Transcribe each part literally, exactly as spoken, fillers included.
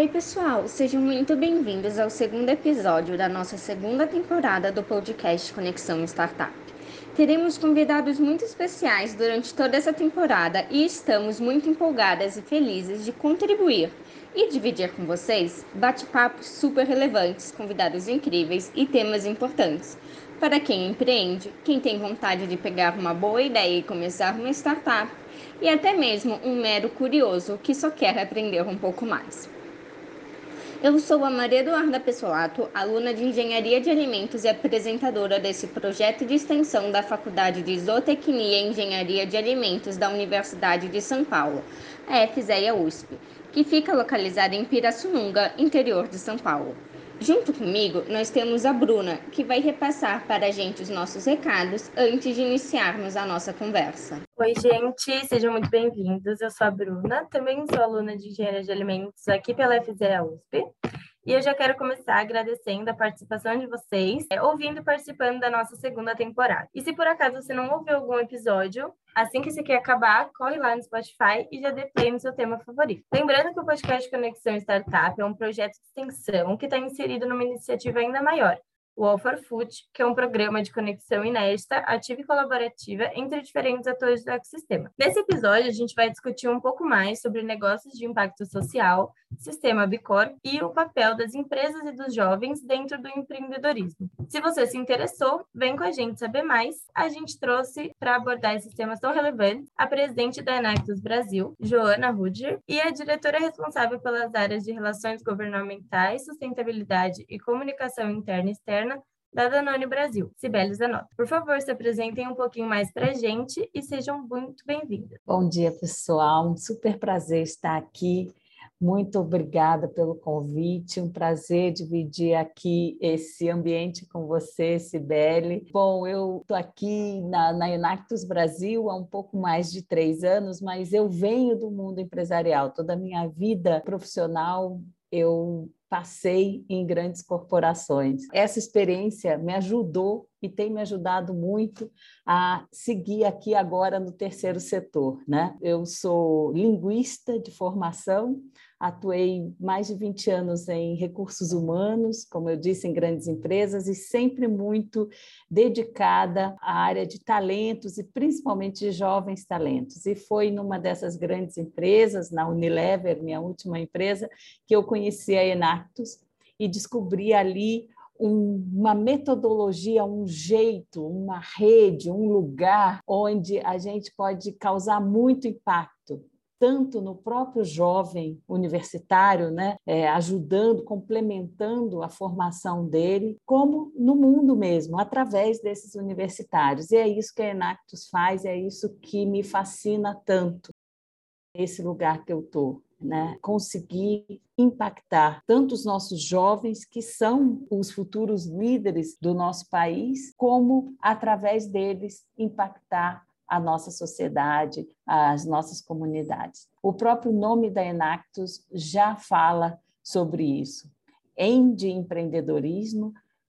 Oi, pessoal, sejam muito bem-vindos ao segundo episódio da nossa segunda temporada do podcast Conexão Startup. Teremos convidados muito especiais durante toda essa temporada e estamos muito empolgadas e felizes de contribuir e dividir com vocês bate-papos super relevantes, convidados incríveis e temas importantes para quem empreende, quem tem vontade de pegar uma boa ideia e começar uma startup e até mesmo um mero curioso que só quer aprender um pouco mais. Eu sou a Maria Eduarda Pessolato, aluna de Engenharia de Alimentos e apresentadora desse projeto de extensão da Faculdade de Zootecnia e Engenharia de Alimentos da Universidade de São Paulo, a F Z E A U S P, que fica localizada em Pirassununga, interior de São Paulo. Junto comigo, nós temos a Bruna, que vai repassar para a gente os nossos recados antes de iniciarmos a nossa conversa. Oi, gente, sejam muito bem-vindos. Eu sou a Bruna, também sou aluna de Engenharia de Alimentos aqui pela F Z E A U S P. E eu já quero começar agradecendo a participação de vocês, é, ouvindo e participando da nossa segunda temporada. E se por acaso você não ouviu algum episódio, assim que esse aqui acabar, corre lá no Spotify e já dê play no seu tema favorito. Lembrando que o podcast Conexão Startup é um projeto de extensão que está inserido numa iniciativa ainda maior, o All for Food, que é um programa de conexão inédita, ativa e colaborativa entre diferentes atores do ecossistema. Nesse episódio, a gente vai discutir um pouco mais sobre negócios de impacto social, sistema B Corp e o papel das empresas e dos jovens dentro do empreendedorismo. Se você se interessou, vem com a gente saber mais. A gente trouxe para abordar esses temas tão relevantes a presidente da Enactus Brasil, Joana Rudger, e a diretora responsável pelas áreas de relações governamentais, sustentabilidade e comunicação interna e externa da Danone Brasil, Cibele Zanotto. Por favor, se apresentem um pouquinho mais para a gente e sejam muito bem-vindas. Bom dia, pessoal. Um super prazer estar aqui. Muito obrigada pelo convite. Um prazer dividir aqui esse ambiente com você, Cibele. Bom, eu estou aqui na, na Enactus Brasil há um pouco mais de três anos, mas eu venho do mundo empresarial. Toda a minha vida profissional eu passei em grandes corporações. Essa experiência me ajudou e tem me ajudado muito a seguir aqui agora no terceiro setor, né? Eu sou linguista de formação, atuei mais de vinte anos em recursos humanos, como eu disse, em grandes empresas, e sempre muito dedicada à área de talentos e principalmente de jovens talentos. E foi numa dessas grandes empresas, na Unilever, minha última empresa, que eu conheci a Enactus e descobri ali um, uma metodologia, um jeito, uma rede, um lugar onde a gente pode causar muito impacto, tanto no próprio jovem universitário, né, é, ajudando, complementando a formação dele, como no mundo mesmo, através desses universitários. E é isso que a Enactus faz, é isso que me fascina tanto, esse lugar que eu estou. Né, conseguir impactar tanto os nossos jovens, que são os futuros líderes do nosso país, como, através deles, impactar a nossa sociedade, as nossas comunidades. O próprio nome da Enactus já fala sobre isso. E de empreendedorismo,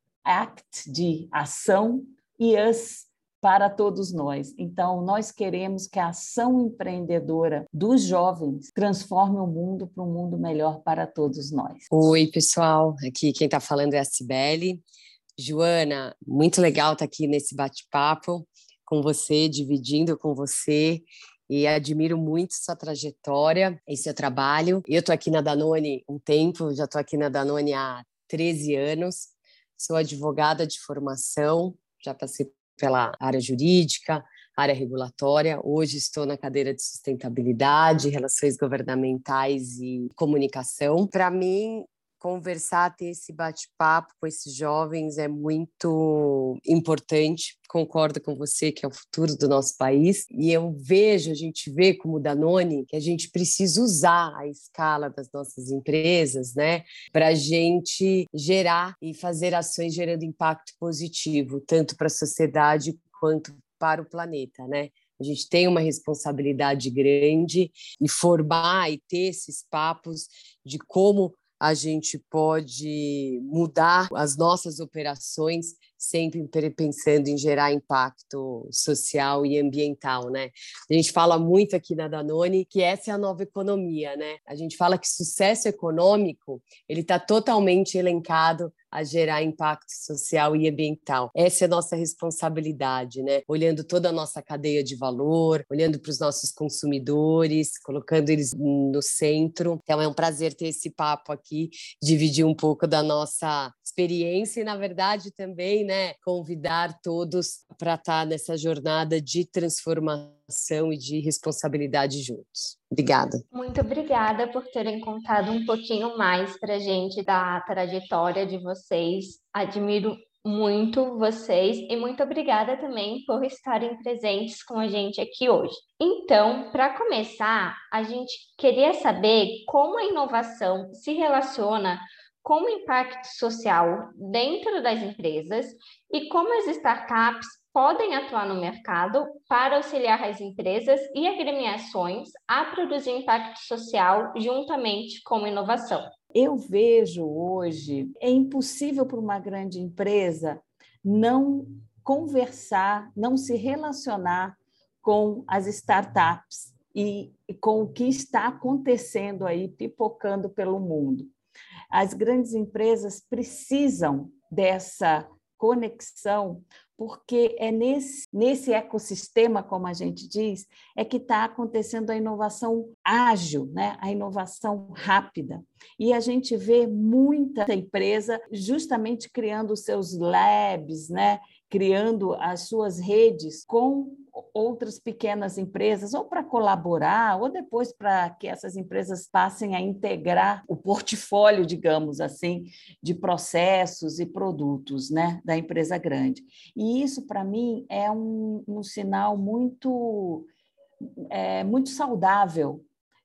act de ação e us para todos nós. Então, nós queremos que a ação empreendedora dos jovens transforme o mundo para um mundo melhor para todos nós. Oi, pessoal. Aqui quem está falando é a Cibele. Joana, muito legal estar aqui nesse bate-papo com você, dividindo com você, e admiro muito sua trajetória e seu trabalho. Eu estou aqui na Danone um tempo, já estou aqui na Danone há treze anos, sou advogada de formação, já passei pela área jurídica, área regulatória. Hoje estou na cadeira de sustentabilidade, relações governamentais e comunicação. Para mim, conversar, ter esse bate-papo com esses jovens é muito importante. Concordo com você que é o futuro do nosso país. E eu vejo, a gente vê como Danone, que a gente precisa usar a escala das nossas empresas, né, para a gente gerar e fazer ações gerando impacto positivo, tanto para a sociedade quanto para o planeta, né? A gente tem uma responsabilidade grande e formar e ter esses papos de como a gente pode mudar as nossas operações sempre pensando em gerar impacto social e ambiental, né? A gente fala muito aqui na Danone que essa é a nova economia, né? A gente fala que sucesso econômico, ele está totalmente elencado a gerar impacto social e ambiental. Essa é a nossa responsabilidade, né? Olhando toda a nossa cadeia de valor, olhando para os nossos consumidores, colocando eles no centro. Então é um prazer ter esse papo aqui, dividir um pouco da nossa experiência e, na verdade, também, né, convidar todos para estar nessa jornada de transformação e de responsabilidade juntos. Obrigada. Muito obrigada por terem contado um pouquinho mais para a gente da trajetória de vocês. Admiro muito vocês e muito obrigada também por estarem presentes com a gente aqui hoje. Então, para começar, a gente queria saber como a inovação se relaciona com o impacto social dentro das empresas e como as startups podem atuar no mercado para auxiliar as empresas e agremiações a produzir impacto social juntamente com inovação. Eu vejo hoje, é impossível para uma grande empresa não conversar, não se relacionar com as startups e com o que está acontecendo aí, pipocando pelo mundo. As grandes empresas precisam dessa conexão, porque é nesse, nesse ecossistema, como a gente diz, é que está acontecendo a inovação ágil, né? A inovação rápida. E a gente vê muita empresa justamente criando os seus labs, né? Criando as suas redes com outras pequenas empresas, ou para colaborar, ou depois para que essas empresas passem a integrar o portfólio, digamos assim, de processos e produtos, né, da empresa grande. E isso, para mim, é um, um sinal muito, é, muito saudável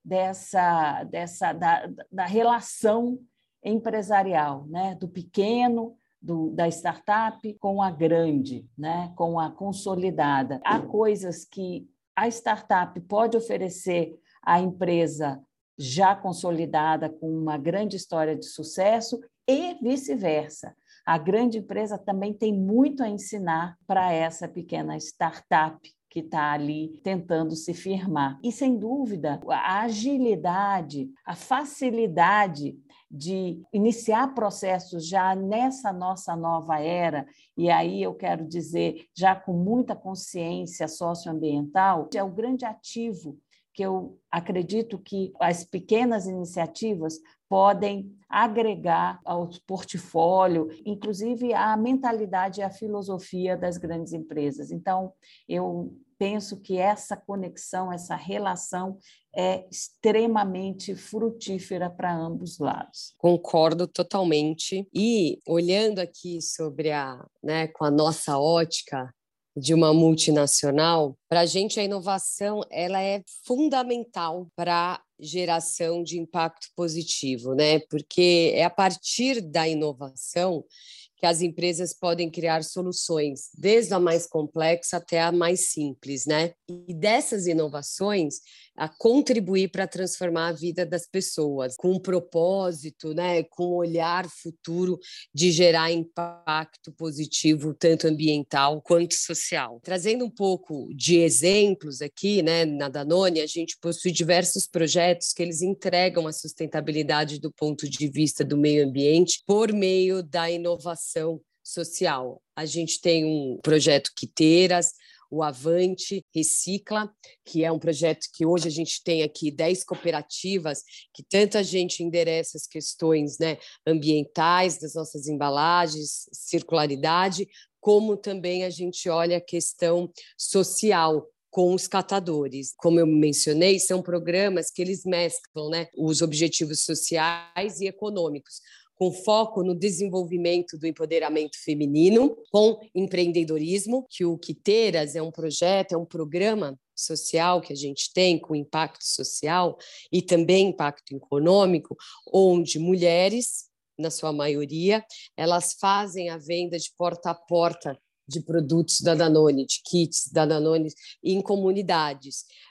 dessa, dessa da, da relação empresarial, né, do pequeno, Do, da startup com a grande, né? Com a consolidada. Há coisas que a startup pode oferecer à empresa já consolidada, com uma grande história de sucesso, e vice-versa. A grande empresa também tem muito a ensinar para essa pequena startup que está ali tentando se firmar. E, sem dúvida, a agilidade, a facilidade de iniciar processos já nessa nossa nova era, e aí eu quero dizer, já com muita consciência socioambiental, é o grande ativo que eu acredito que as pequenas iniciativas podem agregar ao portfólio, inclusive à mentalidade e à filosofia das grandes empresas. Então, eu penso que essa conexão, essa relação é extremamente frutífera para ambos os lados. Concordo totalmente. E olhando aqui sobre a, né, com a nossa ótica de uma multinacional, para a gente a inovação ela é fundamental para a geração de impacto positivo, né? Porque é a partir da inovação que as empresas podem criar soluções, desde a mais complexa até a mais simples, né? E dessas inovações, a contribuir para transformar a vida das pessoas, com um propósito, né? Com um olhar futuro de gerar impacto positivo, tanto ambiental quanto social. Trazendo um pouco de exemplos aqui, né? Na Danone, a gente possui diversos projetos que eles entregam a sustentabilidade do ponto de vista do meio ambiente por meio da inovação social. A gente tem um projeto Quiteiras, o Avante Recicla, que é um projeto que hoje a gente tem aqui dez cooperativas, que tanto a gente endereça as questões, né, ambientais das nossas embalagens, circularidade, como também a gente olha a questão social, com os catadores. Como eu mencionei, são programas que eles mesclam, né, os objetivos sociais e econômicos, com foco no desenvolvimento do empoderamento feminino, com empreendedorismo, que o Quiteiras é um projeto, é um programa social que a gente tem com impacto social e também impacto econômico, onde mulheres, na sua maioria, elas fazem a venda de porta a porta de produtos da Danone, de kits da Danone em comunidades,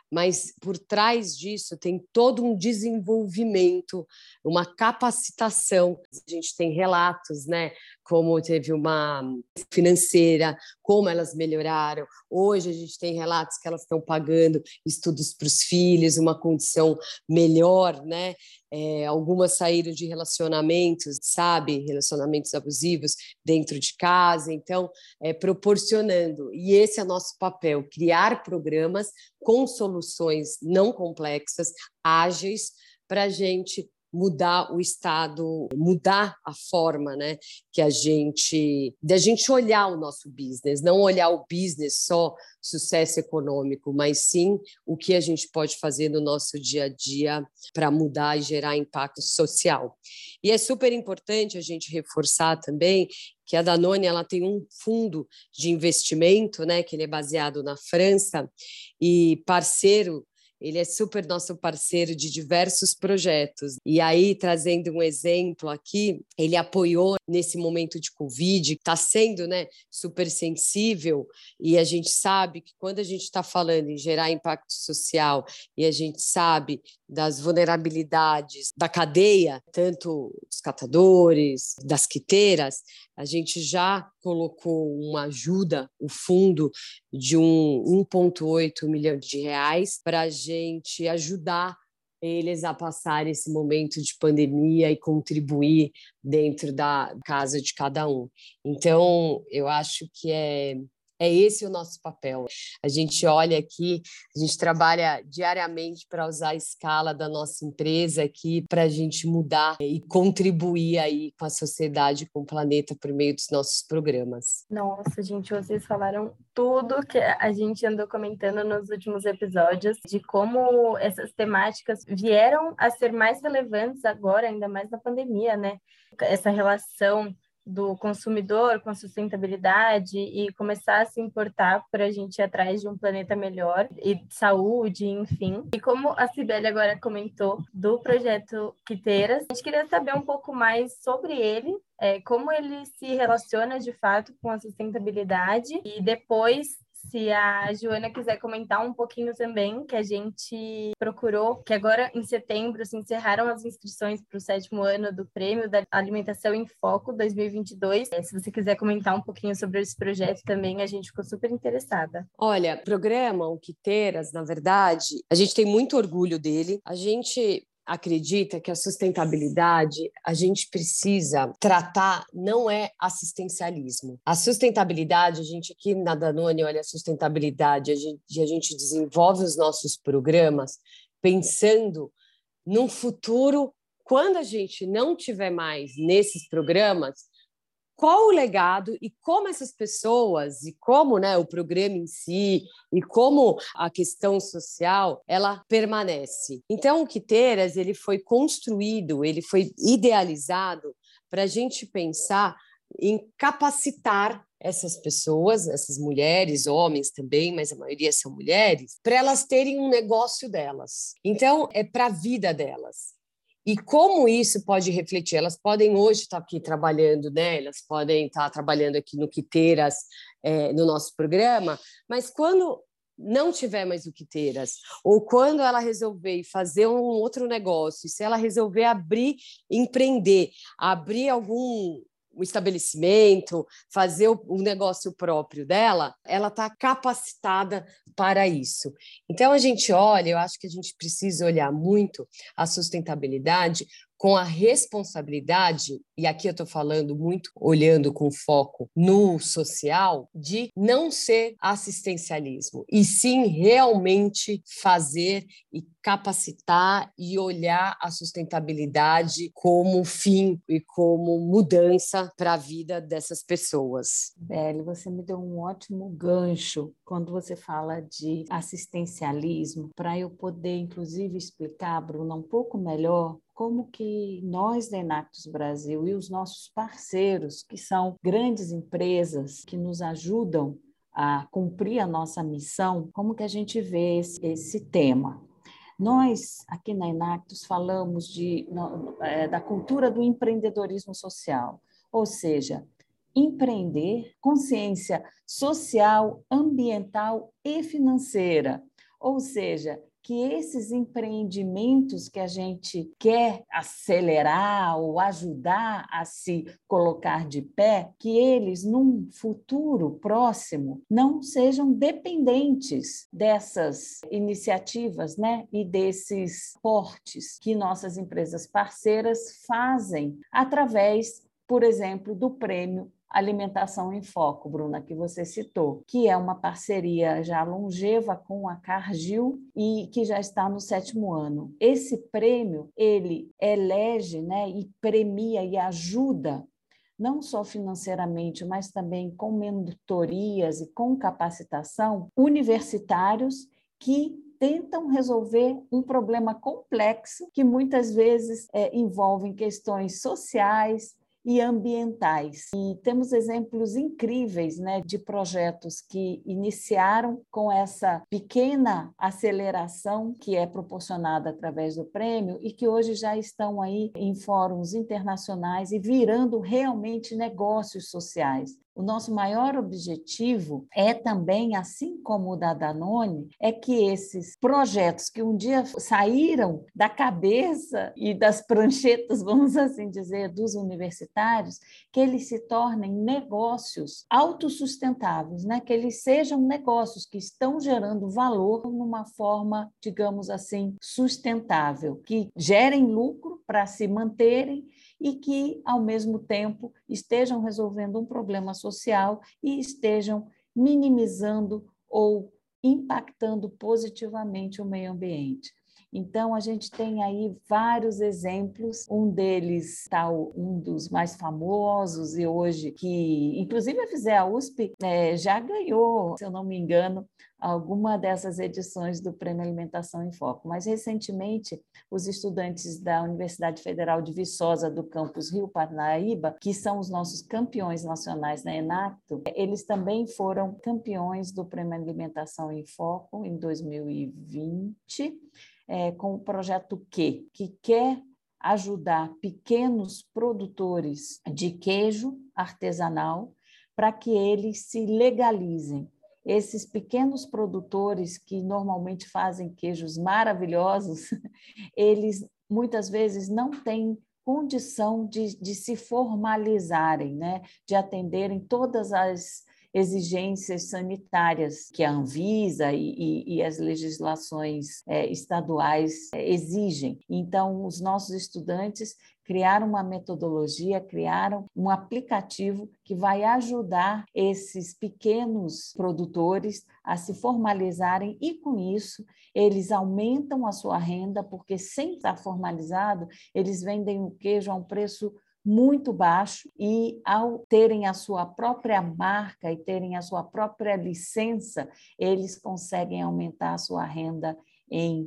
mas por trás disso tem todo um desenvolvimento, uma capacitação. A gente tem relatos, né, como teve uma financeira, como elas melhoraram. Hoje a gente tem relatos que elas estão pagando estudos para os filhos, uma condição melhor, né? É, algumas saíram de relacionamentos, sabe, relacionamentos abusivos dentro de casa, então, é, proporcionando. E esse é nosso papel, criar programas com soluções não complexas, ágeis, para a gente mudar o estado, mudar a forma, né, que a gente, da gente olhar o nosso business, não olhar o business só sucesso econômico, mas sim o que a gente pode fazer no nosso dia a dia para mudar e gerar impacto social. E é super importante a gente reforçar também que a Danone ela tem um fundo de investimento, né, que ele é baseado na França e parceiro. Ele é super nosso parceiro de diversos projetos. E aí, trazendo um exemplo aqui, ele apoiou nesse momento de Covid, está sendo, né, super sensível, e a gente sabe que quando a gente está falando em gerar impacto social e a gente sabe das vulnerabilidades da cadeia, tanto dos catadores, das quiteiras, a gente já colocou uma ajuda, o um fundo de um um vírgula oito milhão de reais para a gente ajudar eles a passar esse momento de pandemia e contribuir dentro da casa de cada um. Então, eu acho que é É esse o nosso papel. A gente olha aqui, a gente trabalha diariamente para usar a escala da nossa empresa aqui para a gente mudar e contribuir aí com a sociedade, com o planeta por meio dos nossos programas. Nossa, gente, vocês falaram tudo que a gente andou comentando nos últimos episódios, de como essas temáticas vieram a ser mais relevantes agora, ainda mais na pandemia, né? Essa relação do consumidor com a sustentabilidade e começar a se importar para a gente ir atrás de um planeta melhor e de saúde, enfim. E como a Cibele agora comentou do projeto Quiteiras, a gente queria saber um pouco mais sobre ele, é, como ele se relaciona de fato com a sustentabilidade e depois, se a Joana quiser comentar um pouquinho também, que a gente procurou, que agora em setembro se encerraram as inscrições para o sétimo ano do Prêmio da Alimentação em Foco dois mil e vinte e dois. Se você quiser comentar um pouquinho sobre esse projeto também, a gente ficou super interessada. Olha, o programa O Quiteiras, na verdade, a gente tem muito orgulho dele. A gente acredita que a sustentabilidade a gente precisa tratar, não é assistencialismo. A sustentabilidade, a gente aqui na Danone olha a sustentabilidade, a gente, a gente desenvolve os nossos programas pensando num futuro, quando a gente não tiver mais nesses programas, qual o legado e como essas pessoas e como, né, o programa em si e como a questão social ela permanece. Então, o Quiteiras ele foi construído, ele foi idealizado para a gente pensar em capacitar essas pessoas, essas mulheres, homens também, mas a maioria são mulheres, para elas terem um negócio delas. Então, é para a vida delas. E como isso pode refletir? Elas podem hoje estar aqui trabalhando, né? Elas podem estar trabalhando aqui no Quiteiras, é, no nosso programa, mas quando não tiver mais o Quiteiras, ou quando ela resolver fazer um outro negócio, se ela resolver abrir, empreender, abrir algum um estabelecimento, fazer o negócio próprio dela, ela está capacitada para isso. Então, a gente olha, eu acho que a gente precisa olhar muito a sustentabilidade com a responsabilidade, e aqui eu estou falando muito, olhando com foco no social, de não ser assistencialismo, e sim realmente fazer e capacitar e olhar a sustentabilidade como fim e como mudança para a vida dessas pessoas. Beli, você me deu um ótimo gancho quando você fala de assistencialismo, para eu poder, inclusive, explicar, Bruna, um pouco melhor como que nós da Enactus Brasil e os nossos parceiros, que são grandes empresas que nos ajudam a cumprir a nossa missão, como que a gente vê esse, esse tema. Nós, aqui na Enactus, falamos de, no, é, da cultura do empreendedorismo social, ou seja, empreender, consciência social, ambiental e financeira. Ou seja, que esses empreendimentos que a gente quer acelerar ou ajudar a se colocar de pé, que eles, num futuro próximo, não sejam dependentes dessas iniciativas, né? E desses portes que nossas empresas parceiras fazem através, por exemplo, do Prêmio Alimentação em Foco, Bruna, que você citou, que é uma parceria já longeva com a Cargill e que já está no sétimo ano. Esse prêmio, ele elege, né, e premia e ajuda, não só financeiramente, mas também com mentorias e com capacitação, universitários que tentam resolver um problema complexo que muitas vezes é, envolve questões sociais e ambientais. E temos exemplos incríveis, né, de projetos que iniciaram com essa pequena aceleração que é proporcionada através do prêmio e que hoje já estão aí em fóruns internacionais e virando realmente negócios sociais. O nosso maior objetivo é também, assim como o da Danone, é que esses projetos que um dia saíram da cabeça e das pranchetas, vamos assim dizer, dos universitários, que eles se tornem negócios autossustentáveis, né? Que eles sejam negócios que estão gerando valor numa forma, digamos assim, sustentável, que gerem lucro para se manterem e que, ao mesmo tempo, estejam resolvendo um problema social e estejam minimizando ou impactando positivamente o meio ambiente. Então, a gente tem aí vários exemplos, um deles, tal, um dos mais famosos e hoje, que inclusive a FISEA U S P é, já ganhou, se eu não me engano, alguma dessas edições do Prêmio Alimentação em Foco. Mas, recentemente, os estudantes da Universidade Federal de Viçosa, do campus Rio Parnaíba, que são os nossos campeões nacionais na ENACTO, eles também foram campeões do Prêmio Alimentação em Foco em dois mil e vinte, É, com o projeto Q, que quer ajudar pequenos produtores de queijo artesanal para que eles se legalizem. Esses pequenos produtores que normalmente fazem queijos maravilhosos, eles muitas vezes não têm condição de, de se formalizarem, né? De atenderem todas as exigências sanitárias que a Anvisa e, e, e as legislações é, estaduais é, exigem. Então, os nossos estudantes criaram uma metodologia, criaram um aplicativo que vai ajudar esses pequenos produtores a se formalizarem e, com isso, eles aumentam a sua renda, porque, sem estar formalizado, eles vendem o queijo a um preço muito baixo e, ao terem a sua própria marca e terem a sua própria licença, eles conseguem aumentar a sua renda em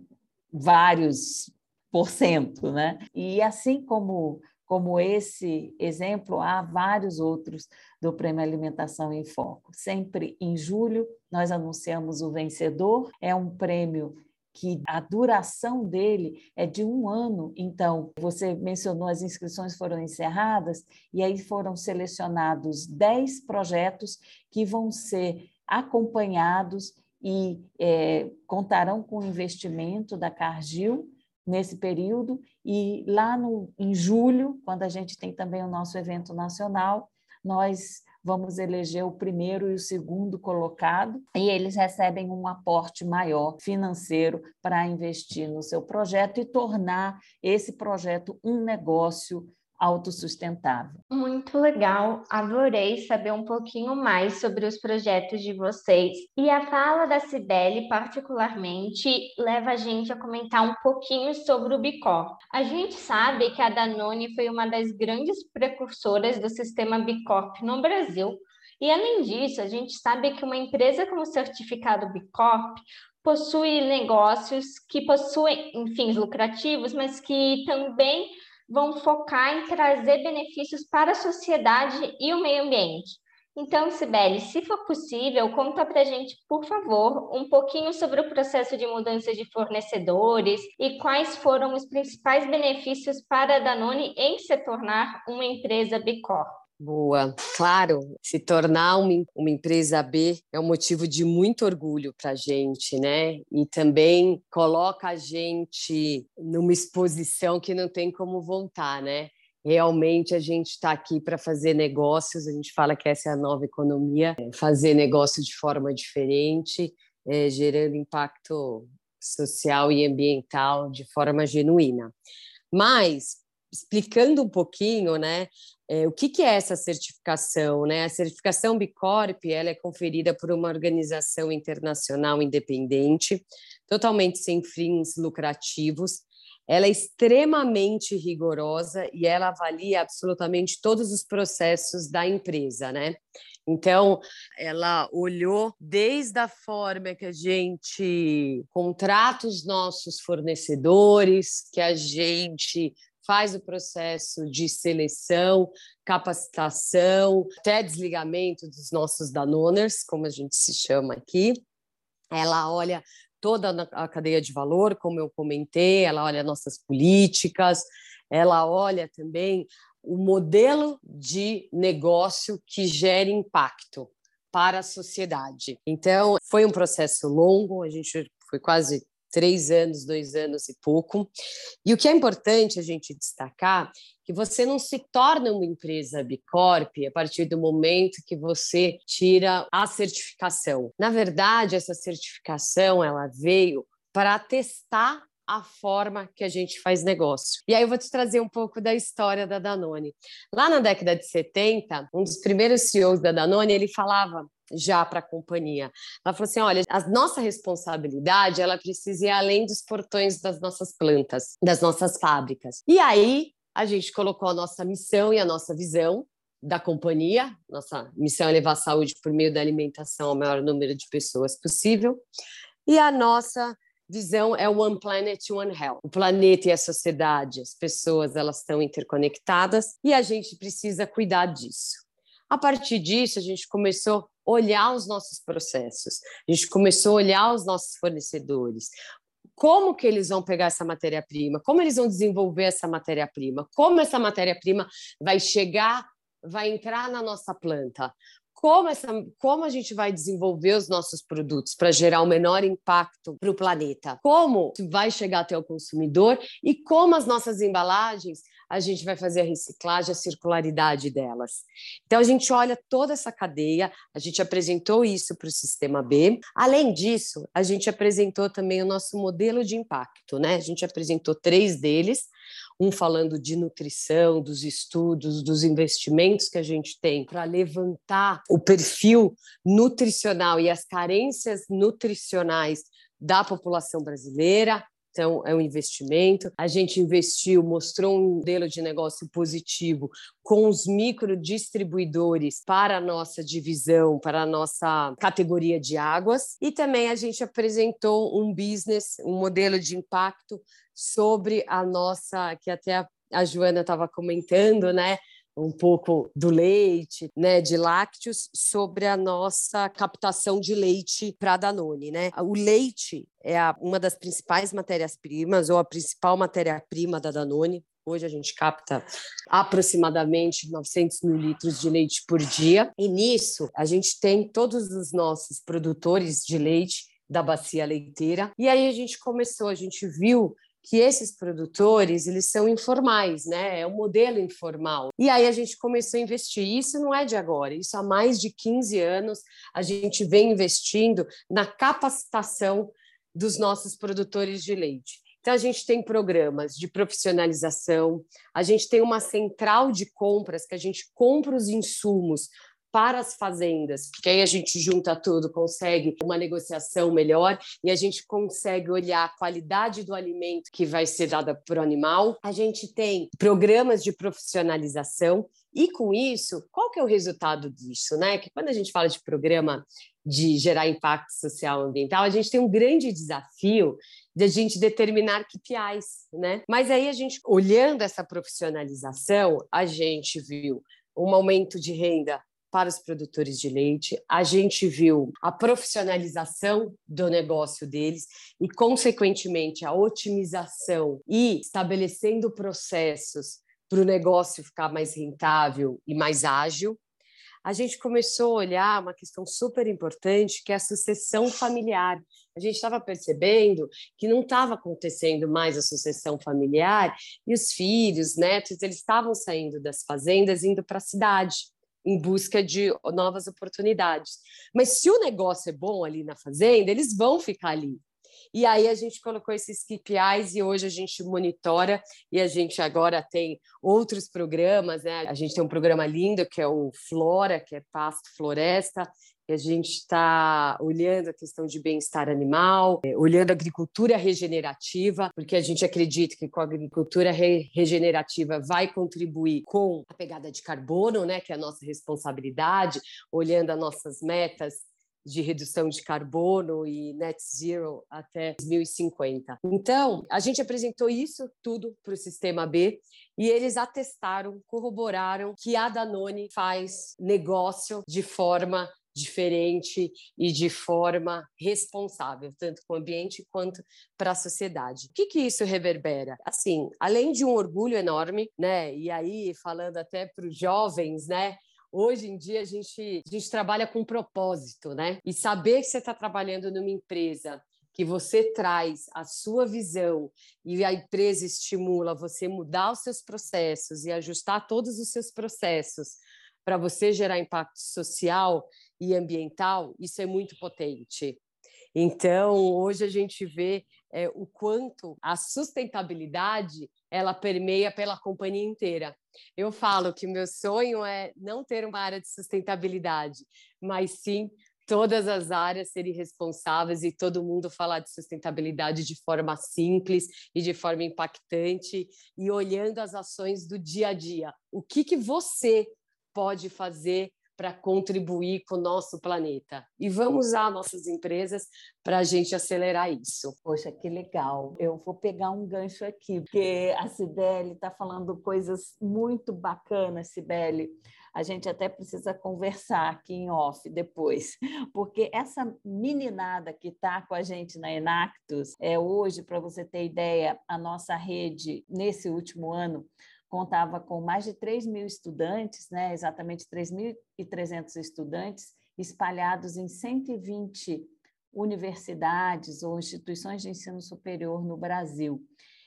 vários por cento, né? E assim como, como esse exemplo, há vários outros do Prêmio Alimentação em Foco. Sempre em julho nós anunciamos o vencedor, é um prêmio que a duração dele é de um ano. Então, você mencionou, as inscrições foram encerradas e aí foram selecionados dez projetos que vão ser acompanhados e é, contarão com o investimento da Cargill nesse período, e lá no, em julho, quando a gente tem também o nosso evento nacional, nós vamos eleger o primeiro e o segundo colocado, e eles recebem um aporte maior financeiro para investir no seu projeto e tornar esse projeto um negócio autossustentável. Muito legal, adorei saber um pouquinho mais sobre os projetos de vocês. E a fala da Cibele, particularmente, leva a gente a comentar um pouquinho sobre o Bicorp. A gente sabe que a Danone foi uma das grandes precursoras do sistema Bicorp no Brasil. E, além disso, a gente sabe que uma empresa com o certificado Bicorp possui negócios que possuem fins lucrativos, mas que também vão focar em trazer benefícios para a sociedade e o meio ambiente. Então, Cibele, se for possível, conta para a gente, por favor, um pouquinho sobre o processo de mudança de fornecedores e quais foram os principais benefícios para a Danone em se tornar uma empresa Bicorp. Boa. Claro, se tornar uma, uma empresa B é um motivo de muito orgulho para a gente, né? E também coloca a gente numa exposição que não tem como voltar, né? Realmente a gente está aqui para fazer negócios, a gente fala que essa é a nova economia, fazer negócio de forma diferente, é, gerando impacto social e ambiental de forma genuína. Mas, explicando um pouquinho, né, é, o que, que é essa certificação, né? A certificação B Corp, ela é conferida por uma organização internacional independente, totalmente sem fins lucrativos. Ela é extremamente rigorosa e ela avalia absolutamente todos os processos da empresa, né? Então, ela olhou desde a forma que a gente contrata os nossos fornecedores, que a gente faz o processo de seleção, capacitação, até desligamento dos nossos Danoners, como a gente se chama aqui. Ela olha toda a cadeia de valor, como eu comentei, ela olha nossas políticas, ela olha também o modelo de negócio que gera impacto para a sociedade. Então, foi um processo longo, a gente foi quase três anos, dois anos e pouco. E o que é importante a gente destacar é que você não se torna uma empresa B Corp a partir do momento que você tira a certificação. Na verdade, essa certificação ela veio para testar a forma que a gente faz negócio. E aí eu vou te trazer um pouco da história da Danone. Lá na década de setenta, um dos primeiros C E Os da Danone, ele falava já para a companhia. Ela falou assim, olha, a nossa responsabilidade, ela precisa ir além dos portões das nossas plantas, das nossas fábricas. E aí, a gente colocou a nossa missão e a nossa visão da companhia. Nossa missão é levar a saúde por meio da alimentação ao maior número de pessoas possível. E a nossa visão é One Planet, One Health. O planeta e a sociedade, as pessoas, elas estão interconectadas e a gente precisa cuidar disso. A partir disso, a gente começou a olhar os nossos processos, a gente começou a olhar os nossos fornecedores, como que eles vão pegar essa matéria-prima, como eles vão desenvolver essa matéria-prima, como essa matéria-prima vai chegar, vai entrar na nossa planta, como, essa, como a gente vai desenvolver os nossos produtos para gerar o menor impacto para o planeta, como vai chegar até o consumidor e como as nossas embalagens a gente vai fazer a reciclagem, a circularidade delas. Então, a gente olha toda essa cadeia, a gente apresentou isso para o Sistema B. Além disso, a gente apresentou também o nosso modelo de impacto, né? A gente apresentou três deles, um falando de nutrição, dos estudos, dos investimentos que a gente tem para levantar o perfil nutricional e as carências nutricionais da população brasileira. Então, é um investimento. A gente investiu, mostrou um modelo de negócio positivo com os microdistribuidores para a nossa divisão, para a nossa categoria de águas. E também a gente apresentou um business, um modelo de impacto sobre a nossa, que até a, a Joana estava comentando, né? Um pouco do leite, né, de lácteos, sobre a nossa captação de leite para a Danone, né? O leite é a, uma das principais matérias-primas, ou a principal matéria-prima da Danone. Hoje a gente capta aproximadamente novecentos mil litros de leite por dia. E nisso a gente tem todos os nossos produtores de leite da bacia leiteira. E aí a gente começou, a gente viu que esses produtores, eles são informais, né? É um modelo informal. E aí a gente começou a investir. Isso não é de agora, isso há mais de quinze anos a gente vem investindo na capacitação dos nossos produtores de leite. Então, a gente tem programas de profissionalização, a gente tem uma central de compras que a gente compra os insumos para as fazendas, porque aí a gente junta tudo, consegue uma negociação melhor e a gente consegue olhar a qualidade do alimento que vai ser dada para o animal. A gente tem programas de profissionalização e, com isso, qual que é o resultado disso, né? Que quando a gente fala de programa de gerar impacto social e ambiental, a gente tem um grande desafio de a gente determinar K P Is, né? Mas aí a gente, olhando essa profissionalização, a gente viu um aumento de renda para os produtores de leite, a gente viu a profissionalização do negócio deles e, consequentemente, a otimização e estabelecendo processos para o negócio ficar mais rentável e mais ágil. A gente começou a olhar uma questão super importante, que é a sucessão familiar. A gente estava percebendo que não estava acontecendo mais a sucessão familiar e os filhos, netos, eles estavam saindo das fazendas, indo para a cidade, em busca de novas oportunidades. Mas se o negócio é bom ali na fazenda, eles vão ficar ali. E aí a gente colocou esses K P Is e hoje a gente monitora e a gente agora tem outros programas, né? A gente tem um programa lindo que é o Flora, que é pasto floresta, e a gente está olhando a questão de bem-estar animal, olhando a agricultura regenerativa, porque a gente acredita que com a agricultura re- regenerativa vai contribuir com a pegada de carbono, né? Que é a nossa responsabilidade, olhando as nossas metas de redução de carbono e net zero até dois mil e cinquenta. Então, a gente apresentou isso tudo para o Sistema B e eles atestaram, corroboraram que a Danone faz negócio de forma diferente e de forma responsável, tanto com o ambiente quanto para a sociedade. O que que isso reverbera? Assim, além de um orgulho enorme, né? E aí, falando até para os jovens, né? Hoje em dia a gente, a gente trabalha com propósito, né? E saber que você está trabalhando numa empresa que você traz a sua visão e a empresa estimula você mudar os seus processos e ajustar todos os seus processos para você gerar impacto social e ambiental, isso é muito potente. Então, hoje a gente vê é, o quanto a sustentabilidade ela permeia pela companhia inteira. Eu falo que o meu sonho é não ter uma área de sustentabilidade, mas sim todas as áreas serem responsáveis e todo mundo falar de sustentabilidade de forma simples e de forma impactante e olhando as ações do dia a dia. O que, que você pode fazer para contribuir com o nosso planeta? E vamos usar nossas empresas para a gente acelerar isso. Poxa, que legal. Eu vou pegar um gancho aqui, porque a Cibele está falando coisas muito bacanas, Cibele. A gente até precisa conversar aqui em off depois, porque essa meninada que está com a gente na Enactus, é hoje, para você ter ideia, a nossa rede, nesse último ano, contava com mais de três mil estudantes, né? Exatamente três mil e trezentos estudantes, espalhados em cento e vinte universidades ou instituições de ensino superior no Brasil.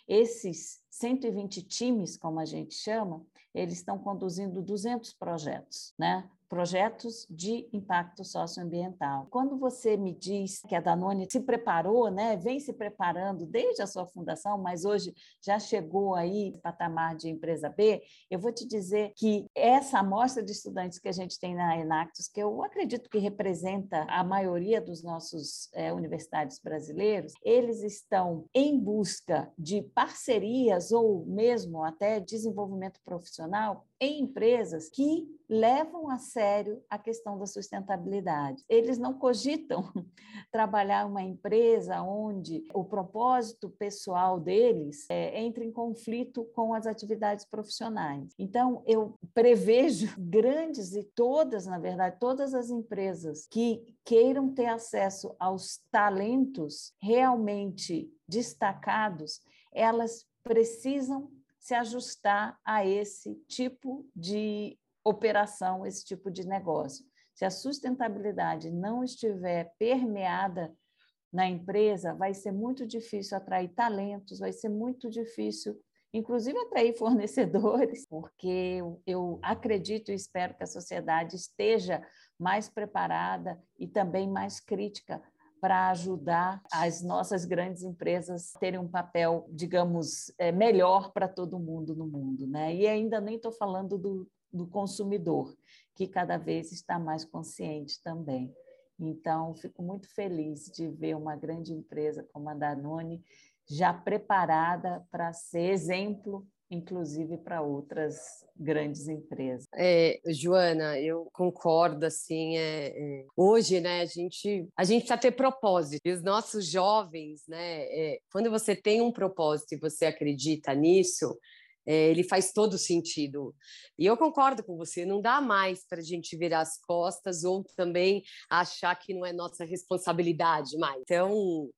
Esses cento e vinte times, como a gente chama, eles estão conduzindo duzentos projetos, né? Projetos de impacto socioambiental. Quando você me diz que a Danone se preparou, né, vem se preparando desde a sua fundação, mas hoje já chegou aí no patamar de empresa B, eu vou te dizer que essa amostra de estudantes que a gente tem na Enactus, que eu acredito que representa a maioria dos nossos é, universitários brasileiros, eles estão em busca de parcerias ou mesmo até desenvolvimento profissional em empresas que levam a sério a questão da sustentabilidade. Eles não cogitam trabalhar uma empresa onde o propósito pessoal deles é, entra em conflito com as atividades profissionais. Então, eu prevejo grandes e todas, na verdade, todas as empresas que queiram ter acesso aos talentos realmente destacados, elas precisam se ajustar a esse tipo de operação, esse tipo de negócio. Se a sustentabilidade não estiver permeada na empresa, vai ser muito difícil atrair talentos, vai ser muito difícil, inclusive, atrair fornecedores, porque eu acredito e espero que a sociedade esteja mais preparada e também mais crítica para ajudar as nossas grandes empresas a terem um papel, digamos, melhor para todo mundo no mundo, né? E ainda nem estou falando do, do consumidor, que cada vez está mais consciente também. Então, fico muito feliz de ver uma grande empresa como a Danone já preparada para ser exemplo, inclusive para outras grandes empresas. É, Joana, eu concordo, assim, é, é, hoje, né, a gente, a gente precisa ter propósito, e os nossos jovens, né, é, quando você tem um propósito e você acredita nisso, é, ele faz todo sentido. E eu concordo com você, não dá mais para a gente virar as costas ou também achar que não é nossa responsabilidade mais. Então,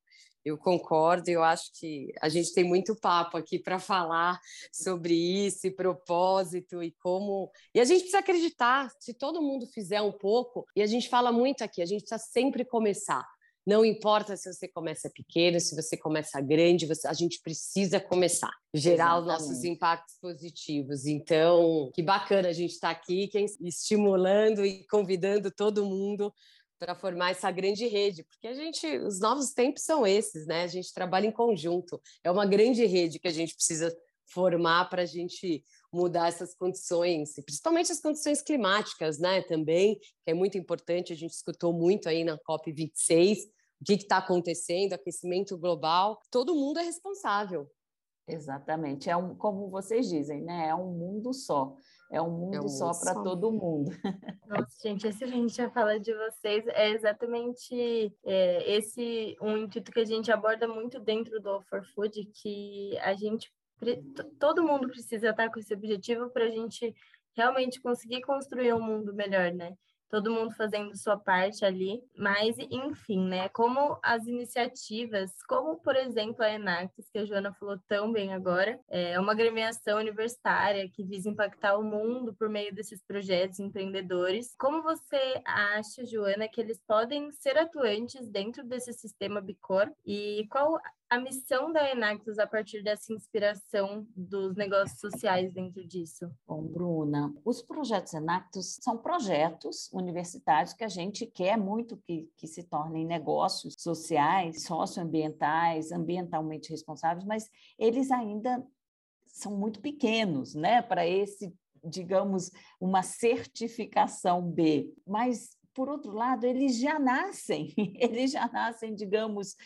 Eu concordo, eu acho que a gente tem muito papo aqui para falar sobre isso, e propósito, e como. E a gente precisa acreditar, se todo mundo fizer um pouco, e a gente fala muito aqui, a gente precisa sempre começar. Não importa se você começa pequeno, se você começa grande, você, a gente precisa começar, gerar os nossos impactos positivos. Então, que bacana a gente estar aqui, quem, estimulando e convidando todo mundo para formar essa grande rede, porque a gente, os novos tempos são esses, né? A gente trabalha em conjunto, é uma grande rede que a gente precisa formar para a gente mudar essas condições, principalmente as condições climáticas, né? Também, que é muito importante, a gente escutou muito aí na COP vinte e seis, o que está acontecendo, aquecimento global, todo mundo é responsável. Exatamente, é um, como vocês dizem, né? É um mundo só, é um mundo, é um só para todo mundo. Nossa, gente, excelente a fala de vocês. É exatamente é, esse um intuito que a gente aborda muito dentro do All for Food, que a gente, todo mundo precisa estar com esse objetivo para a gente realmente conseguir construir um mundo melhor, né? Todo mundo fazendo sua parte ali, mas enfim, né? Como as iniciativas, como por exemplo a Enactus, que a Joana falou tão bem agora, é uma agremiação universitária que visa impactar o mundo por meio desses projetos empreendedores. Como você acha, Joana, que eles podem ser atuantes dentro desse sistema B Corp e qual a missão da Enactus a partir dessa inspiração dos negócios sociais dentro disso? Bom, Bruna, os projetos Enactus são projetos universitários que a gente quer muito que, que se tornem negócios sociais, socioambientais, ambientalmente responsáveis, mas eles ainda são muito pequenos, né, para esse, digamos, uma certificação B. Mas por outro lado, eles já nascem, eles já nascem, digamos,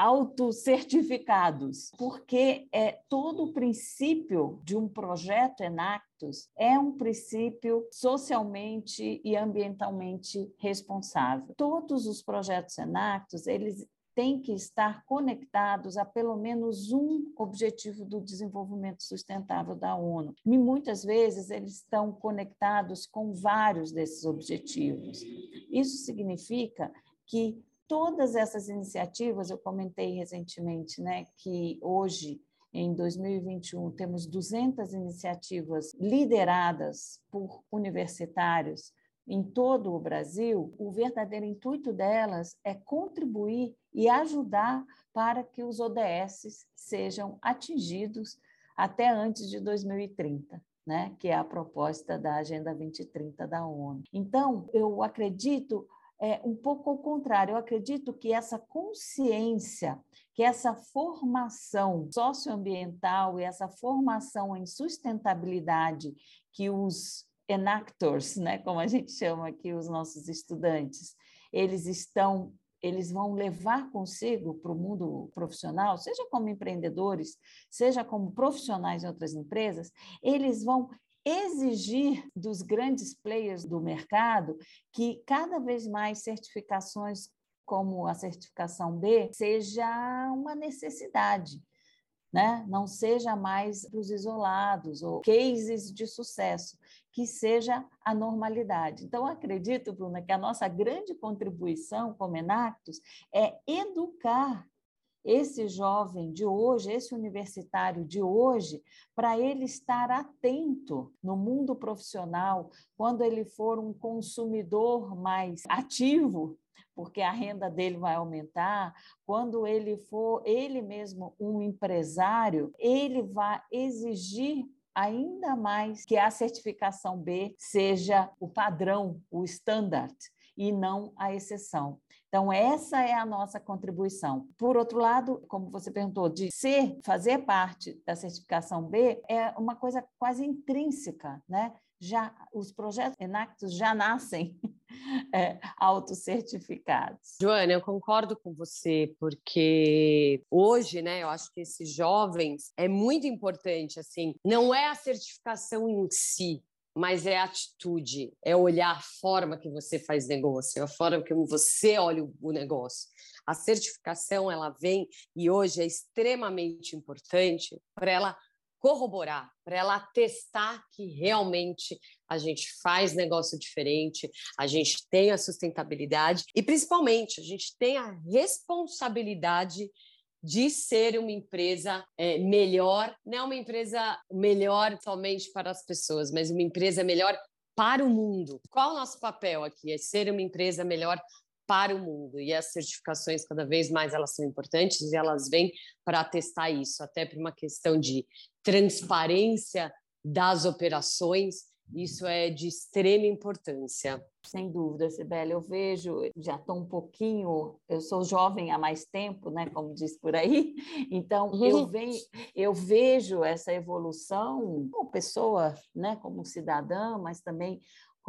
autocertificados, porque é, todo o princípio de um projeto Enactus é um princípio socialmente e ambientalmente responsável. Todos os projetos Enactus, eles têm que estar conectados a pelo menos um objetivo do desenvolvimento sustentável da ONU. E muitas vezes eles estão conectados com vários desses objetivos. Isso significa que todas essas iniciativas, eu comentei recentemente, né, que hoje, em dois mil e vinte e um, temos duzentas iniciativas lideradas por universitários em todo o Brasil. O verdadeiro intuito delas é contribuir e ajudar para que os O D S sejam atingidos até antes de dois mil e trinta. Né, que é a proposta da Agenda vinte e trinta da ONU. Então, eu acredito é, um pouco ao contrário, eu acredito que essa consciência, que essa formação socioambiental e essa formação em sustentabilidade que os enactors, né, como a gente chama aqui os nossos estudantes, eles estão eles vão levar consigo para o mundo profissional, seja como empreendedores, seja como profissionais em outras empresas, eles vão exigir dos grandes players do mercado que cada vez mais certificações como a certificação B seja uma necessidade. Né? Não seja mais para os isolados ou cases de sucesso, que seja a normalidade. Então, acredito, Bruna, que a nossa grande contribuição como Enactus é educar esse jovem de hoje, esse universitário de hoje, para ele estar atento no mundo profissional, quando ele for um consumidor mais ativo, porque a renda dele vai aumentar, quando ele for ele mesmo um empresário, ele vai exigir ainda mais que a certificação B seja o padrão, o standard, e não a exceção. Então, essa é a nossa contribuição. Por outro lado, como você perguntou, de ser, fazer parte da certificação B é uma coisa quase intrínseca, né? Já, os projetos Enactus já nascem é, autocertificados. Joana, eu concordo com você, porque hoje, né, eu acho que esses jovens é muito importante, assim, não é a certificação em si, mas é a atitude, é olhar a forma que você faz negócio, a forma que você olha o negócio. A certificação, ela vem e hoje é extremamente importante para ela corroborar, para ela atestar que realmente a gente faz negócio diferente, a gente tem a sustentabilidade e, principalmente, a gente tem a responsabilidade de ser uma empresa é, melhor, não uma empresa melhor somente para as pessoas, mas uma empresa melhor para o mundo. Qual o nosso papel aqui? É ser uma empresa melhor para o mundo. E as certificações, cada vez mais, elas são importantes e elas vêm para atestar isso, até por uma questão de transparência das operações. Isso é de extrema importância. Sem dúvida, Sibeli, eu vejo, já estou um pouquinho, eu sou jovem há mais tempo, né, como diz por aí, então eu, venho, eu vejo essa evolução como pessoa, né, como cidadã, mas também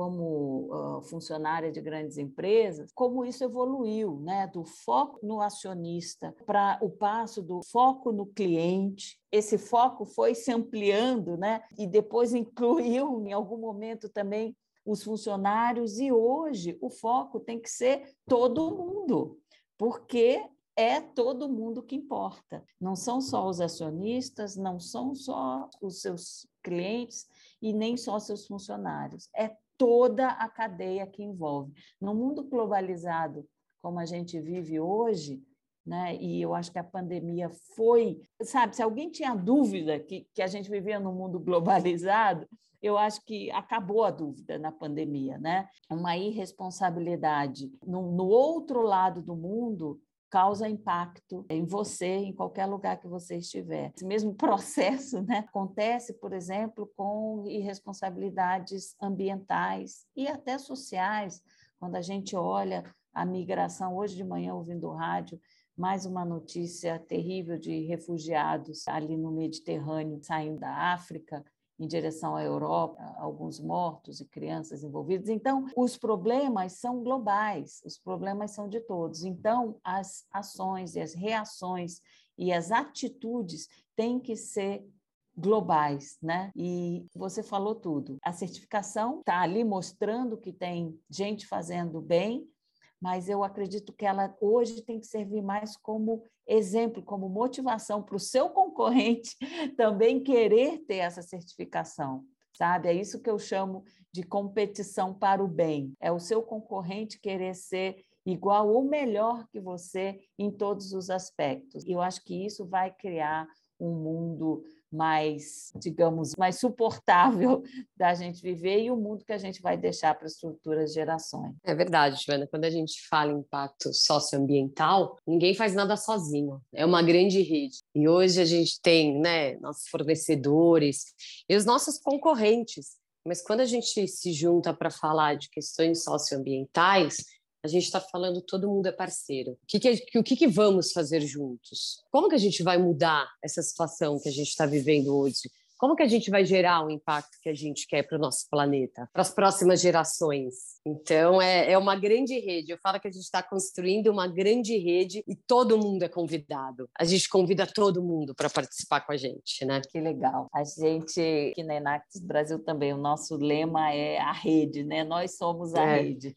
como uh, funcionária de grandes empresas, como isso evoluiu, né, do foco no acionista para o passo do foco no cliente. Esse foco foi se ampliando, né, e depois incluiu, em algum momento também, os funcionários, e hoje o foco tem que ser todo mundo, porque é todo mundo que importa. Não são só os acionistas, não são só os seus clientes e nem só seus funcionários. É toda a cadeia que envolve. No mundo globalizado, como a gente vive hoje, né, e eu acho que a pandemia foi... Sabe, se alguém tinha dúvida que, que a gente vivia num mundo globalizado, eu acho que acabou a dúvida na pandemia, né? Uma irresponsabilidade no, no outro lado do mundo causa impacto em você, em qualquer lugar que você estiver. Esse mesmo processo, né, acontece, por exemplo, com irresponsabilidades ambientais e até sociais. Quando a gente olha a migração, hoje de manhã, ouvindo o rádio, mais uma notícia terrível de refugiados ali no Mediterrâneo, saindo da África, em direção à Europa, alguns mortos e crianças envolvidas. Então, os problemas são globais, os problemas são de todos. Então, as ações e as reações e as atitudes têm que ser globais, né? E você falou tudo. A certificação está ali mostrando que tem gente fazendo bem, mas eu acredito que ela hoje tem que servir mais como exemplo, como motivação para o seu concorrente também querer ter essa certificação, sabe? É isso que eu chamo de competição para o bem. É o seu concorrente querer ser igual ou melhor que você em todos os aspectos. E eu acho que isso vai criar um mundo mais, digamos, mais suportável da gente viver e o mundo que a gente vai deixar para as futuras gerações. É verdade, Joana. Quando a gente fala em impacto socioambiental, ninguém faz nada sozinho. É uma grande rede. E hoje a gente tem, né, nossos fornecedores e os nossos concorrentes. Mas quando a gente se junta para falar de questões socioambientais, a gente está falando todo mundo é parceiro. O que, que, o que, que vamos fazer juntos? Como que a gente vai mudar essa situação que a gente está vivendo hoje? Como que a gente vai gerar o impacto que a gente quer para o nosso planeta, para as próximas gerações? Então, é, é uma grande rede. Eu falo que a gente está construindo uma grande rede e todo mundo é convidado. A gente convida todo mundo para participar com a gente, né? Que legal. A gente, aqui na Enactus Brasil também, o nosso lema é a rede, né? Nós somos a É. rede.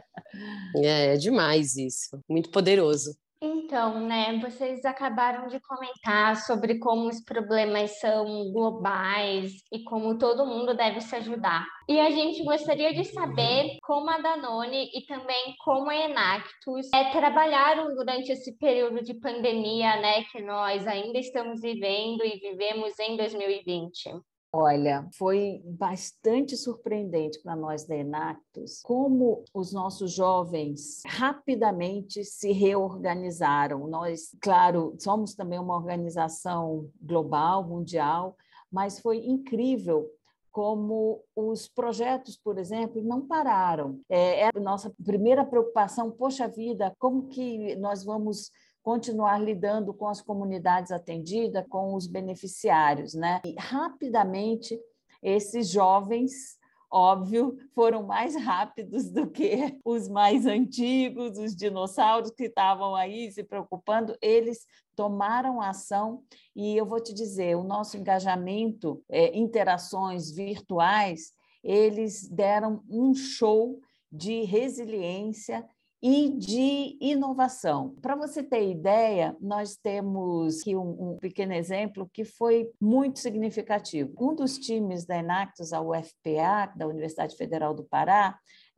É, é demais isso. Muito poderoso. Então, né, vocês acabaram de comentar sobre como os problemas são globais e como todo mundo deve se ajudar. E a gente gostaria de saber como a Danone e também como a Enactus é, trabalharam durante esse período de pandemia, né, que nós ainda estamos vivendo e vivemos em dois mil e vinte. Olha, foi bastante surpreendente para nós da Enactus como os nossos jovens rapidamente se reorganizaram. Nós, claro, somos também uma organização global, mundial, mas foi incrível como os projetos, por exemplo, não pararam. É, é a nossa primeira preocupação, poxa vida, como que nós vamos continuar lidando com as comunidades atendidas, com os beneficiários, né? E rapidamente esses jovens, óbvio, foram mais rápidos do que os mais antigos, os dinossauros que estavam aí se preocupando, eles tomaram ação e eu vou te dizer, o nosso engajamento, é, interações virtuais, eles deram um show de resiliência e de inovação. Para você ter ideia, nós temos aqui um, um pequeno exemplo que foi muito significativo. Um dos times da Enactus, a U F P A, da Universidade Federal do Pará,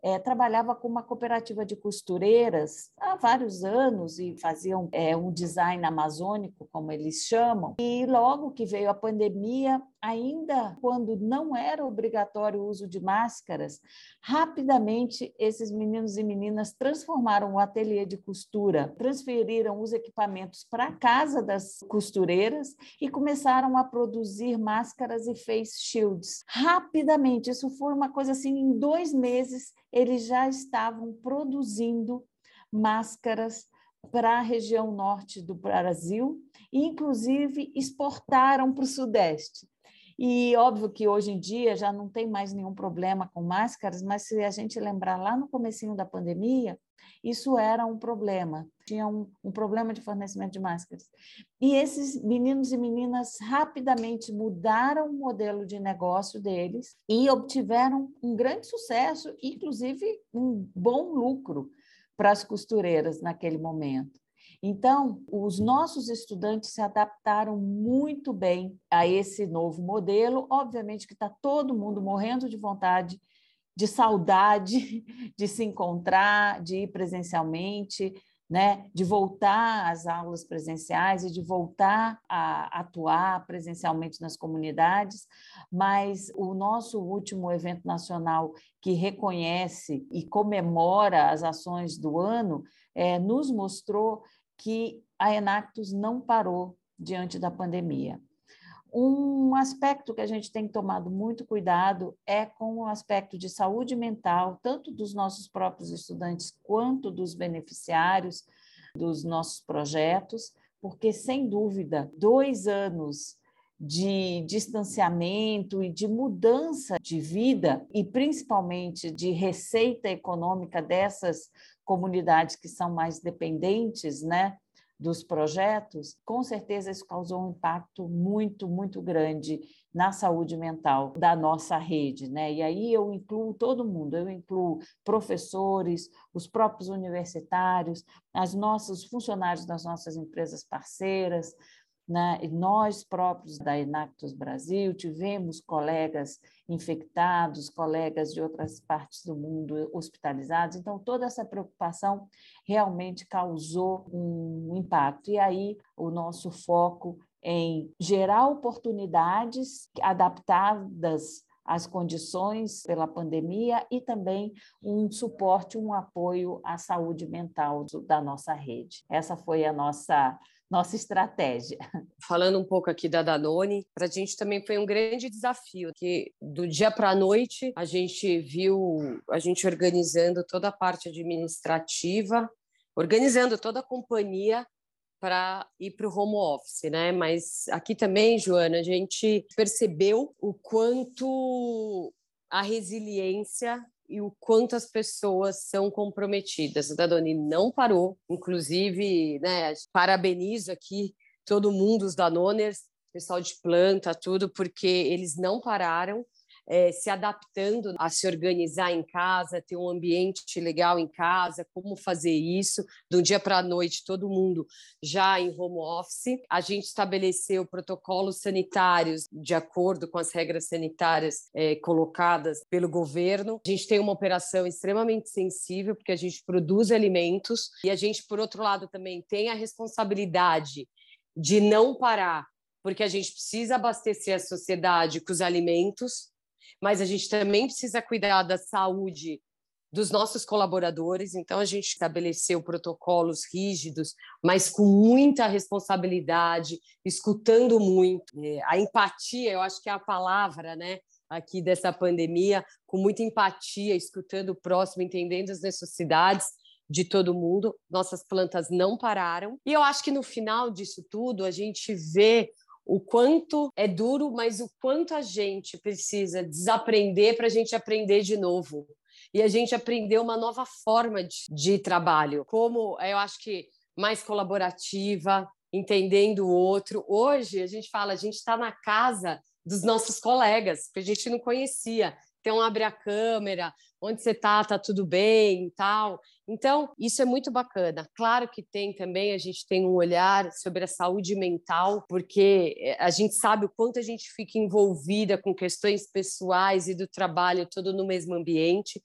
é, trabalhava com uma cooperativa de costureiras há vários anos e faziam é, um design amazônico, como eles chamam, e logo que veio a pandemia, ainda quando não era obrigatório o uso de máscaras, rapidamente esses meninos e meninas transformaram o ateliê de costura, transferiram os equipamentos para a casa das costureiras e começaram a produzir máscaras e face shields. Rapidamente, isso foi uma coisa assim, em dois meses eles já estavam produzindo máscaras para a região norte do Brasil e, inclusive, exportaram para o Sudeste. E óbvio que hoje em dia já não tem mais nenhum problema com máscaras, mas se a gente lembrar lá no comecinho da pandemia, isso era um problema, tinha um, um problema de fornecimento de máscaras. E esses meninos e meninas rapidamente mudaram o modelo de negócio deles e obtiveram um grande sucesso, inclusive um bom lucro para as costureiras naquele momento. Então, os nossos estudantes se adaptaram muito bem a esse novo modelo. Obviamente que está todo mundo morrendo de vontade, de saudade de se encontrar, de ir presencialmente, né? De voltar às aulas presenciais e de voltar a atuar presencialmente nas comunidades, mas o nosso último evento nacional que reconhece e comemora as ações do ano é, nos mostrou que a Enactus não parou diante da pandemia. Um aspecto que a gente tem tomado muito cuidado é com o aspecto de saúde mental, tanto dos nossos próprios estudantes quanto dos beneficiários dos nossos projetos, porque, sem dúvida, dois anos de distanciamento e de mudança de vida, e principalmente de receita econômica dessas comunidades que são mais dependentes, né, dos projetos, com certeza isso causou um impacto muito, muito grande na saúde mental da nossa rede, né? E aí eu incluo todo mundo, eu incluo professores, os próprios universitários, as nossas funcionários das nossas empresas parceiras, né? E nós próprios da Enactus Brasil tivemos colegas infectados, colegas de outras partes do mundo hospitalizados, então toda essa preocupação realmente causou um impacto. E aí o nosso foco em gerar oportunidades adaptadas às condições pela pandemia e também um suporte, um apoio à saúde mental da nossa rede. Essa foi a nossa nossa estratégia. Falando um pouco aqui da Danone, para a gente também foi um grande desafio, que do dia para a noite a gente viu a gente organizando toda a parte administrativa, organizando toda a companhia para ir para o home office, né? Mas aqui também, Joana, a gente percebeu o quanto a resiliência e o quanto as pessoas são comprometidas. A Danone não parou, inclusive, né, parabenizo aqui todo mundo, os Danoners, pessoal de planta, tudo, porque eles não pararam, é, se adaptando a se organizar em casa, ter um ambiente legal em casa, como fazer isso, de um dia para a noite, todo mundo já em home office. A gente estabeleceu protocolos sanitários de acordo com as regras sanitárias é, colocadas pelo governo. A gente tem uma operação extremamente sensível, porque a gente produz alimentos e a gente, por outro lado, também tem a responsabilidade de não parar, porque a gente precisa abastecer a sociedade com os alimentos, mas a gente também precisa cuidar da saúde dos nossos colaboradores, então a gente estabeleceu protocolos rígidos, mas com muita responsabilidade, escutando muito. A empatia, eu acho que é a palavra, né, aqui dessa pandemia, com muita empatia, escutando o próximo, entendendo as necessidades de todo mundo. Nossas plantas não pararam. E eu acho que no final disso tudo, a gente vê o quanto é duro, mas o quanto a gente precisa desaprender para a gente aprender de novo. E a gente aprendeu uma nova forma de, de trabalho, como eu acho que mais colaborativa, entendendo o outro. Hoje a gente fala, a gente está na casa dos nossos colegas, que a gente não conhecia. Então, abre a câmera, onde você está, está tudo bem e tal. Então, isso é muito bacana. Claro que tem também, a gente tem um olhar sobre a saúde mental, porque a gente sabe o quanto a gente fica envolvida com questões pessoais e do trabalho todo no mesmo ambiente.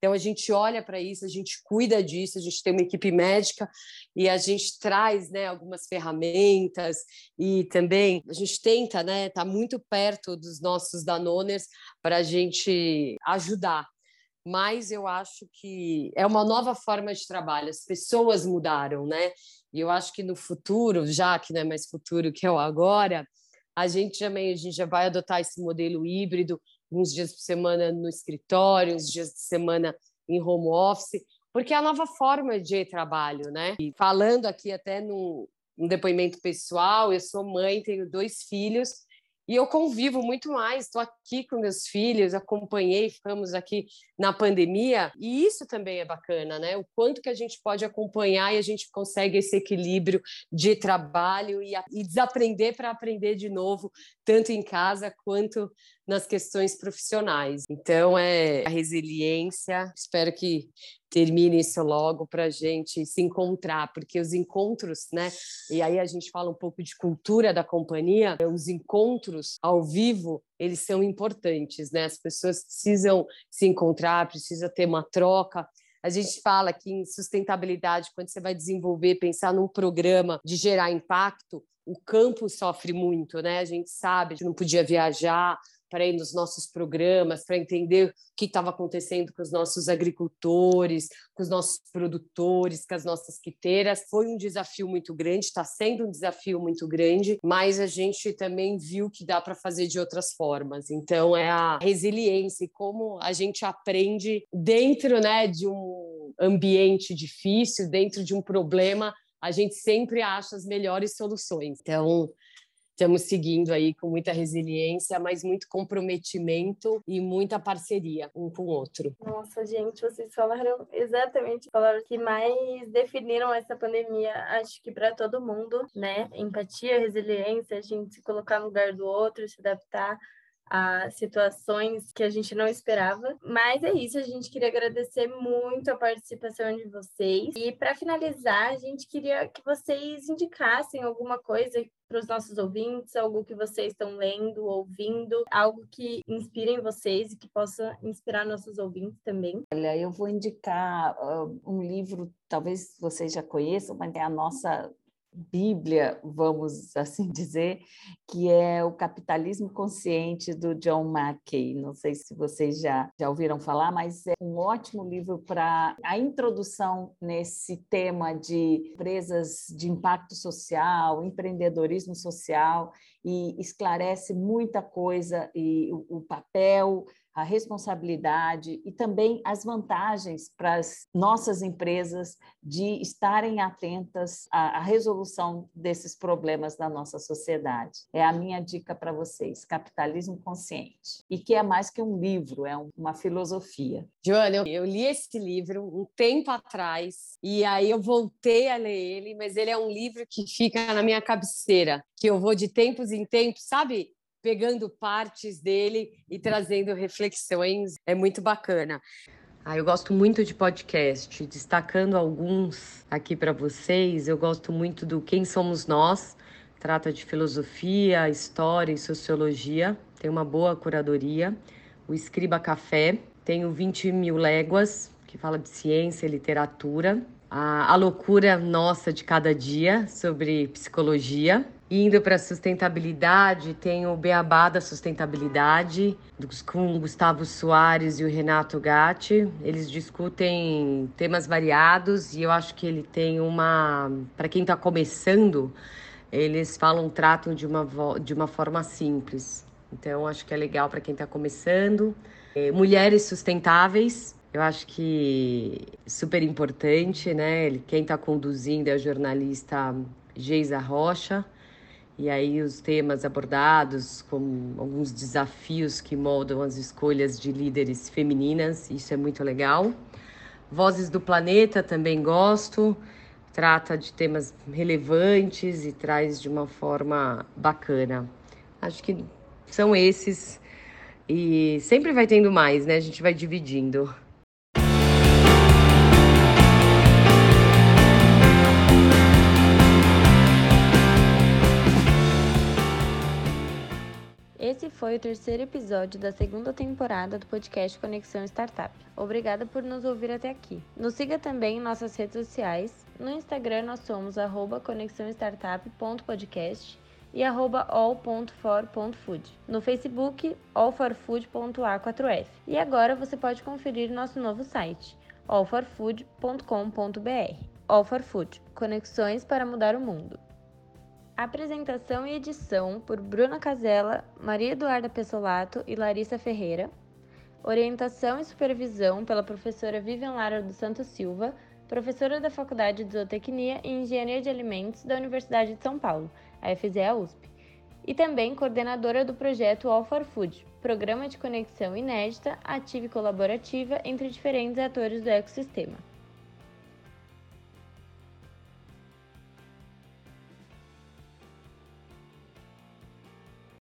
Então, a gente olha para isso, a gente cuida disso, a gente tem uma equipe médica e a gente traz, né, algumas ferramentas e também a gente tenta, né, estar muito perto dos nossos Danoners para a gente ajudar. Mas eu acho que é uma nova forma de trabalho, as pessoas mudaram, né? E eu acho que no futuro, já que não é mais futuro, que é o agora, a gente também a gente já vai adotar esse modelo híbrido, uns dias por semana no escritório, uns dias de semana em home office, porque é a nova forma de trabalho, né? E falando aqui até num, num depoimento pessoal, eu sou mãe, tenho dois filhos, e eu convivo muito mais, estou aqui com meus filhos, acompanhei, ficamos aqui na pandemia, e isso também é bacana, né? O quanto que a gente pode acompanhar e a gente consegue esse equilíbrio de trabalho e, e desaprender para aprender de novo, tanto em casa quanto nas questões profissionais. Então, é a resiliência, espero que termine isso logo para a gente se encontrar, porque os encontros, né? E aí a gente fala um pouco de cultura da companhia, os encontros ao vivo, eles são importantes, né? As pessoas precisam se encontrar, precisa ter uma troca. A gente fala que em sustentabilidade, quando você vai desenvolver, pensar num programa de gerar impacto, o campo sofre muito, né? A gente sabe, a gente não podia viajar para ir nos nossos programas, para entender o que estava acontecendo com os nossos agricultores, com os nossos produtores, com as nossas quiteiras. Foi um desafio muito grande, está sendo um desafio muito grande, mas a gente também viu que dá para fazer de outras formas. Então, é a resiliência e como a gente aprende dentro, né, de um ambiente difícil, dentro de um problema, a gente sempre acha as melhores soluções. Então, estamos seguindo aí com muita resiliência, mas muito comprometimento e muita parceria um com o outro. Nossa, gente, vocês falaram exatamente as palavras que mais definiram essa pandemia, acho que para todo mundo, né? Empatia, resiliência, a gente se colocar no lugar do outro, se adaptar a situações que a gente não esperava. Mas é isso, a gente queria agradecer muito a participação de vocês. E para finalizar, a gente queria que vocês indicassem alguma coisa para os nossos ouvintes, algo que vocês estão lendo, ouvindo, algo que inspire vocês e que possa inspirar nossos ouvintes também. Olha, eu vou indicar uh, um livro, talvez vocês já conheçam, mas é a nossa Bíblia, vamos assim dizer, que é o Capitalismo Consciente, do John Mackey. Não sei se vocês já, já ouviram falar, mas é um ótimo livro para a introdução nesse tema de empresas de impacto social, empreendedorismo social, e esclarece muita coisa, e o, o papel, a responsabilidade e também as vantagens para as nossas empresas de estarem atentas à, à resolução desses problemas da nossa sociedade. É a minha dica para vocês, Capitalismo Consciente. E que é mais que um livro, é um, uma filosofia. Joana, eu, eu li esse livro um tempo atrás e aí eu voltei a ler ele, mas ele é um livro que fica na minha cabeceira, que eu vou de tempos em tempos, sabe? Pegando partes dele e trazendo reflexões. É muito bacana. Ah, eu gosto muito de podcast, destacando alguns aqui para vocês. Eu gosto muito do Quem Somos Nós, trata de filosofia, história e sociologia, tem uma boa curadoria. O Escriba Café, tem o vinte mil Léguas, que fala de ciência e literatura. A, a Loucura Nossa de Cada Dia, sobre psicologia. Indo para a sustentabilidade, tem o Beabá da Sustentabilidade, com o Gustavo Soares e o Renato Gatti. Eles discutem temas variados e eu acho que ele tem uma... Para quem está começando, eles falam, tratam de uma, de uma forma simples. Então, acho que é legal para quem está começando. É, Mulheres Sustentáveis, eu acho que é super importante, né? Quem está conduzindo é a jornalista Geisa Rocha. E aí os temas abordados, como alguns desafios que moldam as escolhas de líderes femininas, isso é muito legal. Vozes do Planeta também gosto, trata de temas relevantes e traz de uma forma bacana. Acho que são esses e sempre vai tendo mais, né? A gente vai dividindo. Esse foi o terceiro episódio da segunda temporada do podcast Conexão Startup. Obrigada por nos ouvir até aqui. Nos siga também em nossas redes sociais. No Instagram nós somos arroba conexãostartup ponto podcast e arroba all ponto for ponto food. No Facebook, all for food ponto a quatro f. E agora você pode conferir nosso novo site, all for food ponto com ponto b r. All for Food, conexões para mudar o mundo. Apresentação e edição por Bruna Casella, Maria Eduarda Pessolato e Larissa Ferreira. Orientação e supervisão pela professora Vivian Lara dos Santos Silva, professora da Faculdade de Zootecnia e Engenharia de Alimentos da Universidade de São Paulo, a F Z A U S P. E também coordenadora do projeto All for Food, programa de conexão inédita, ativa e colaborativa entre diferentes atores do ecossistema.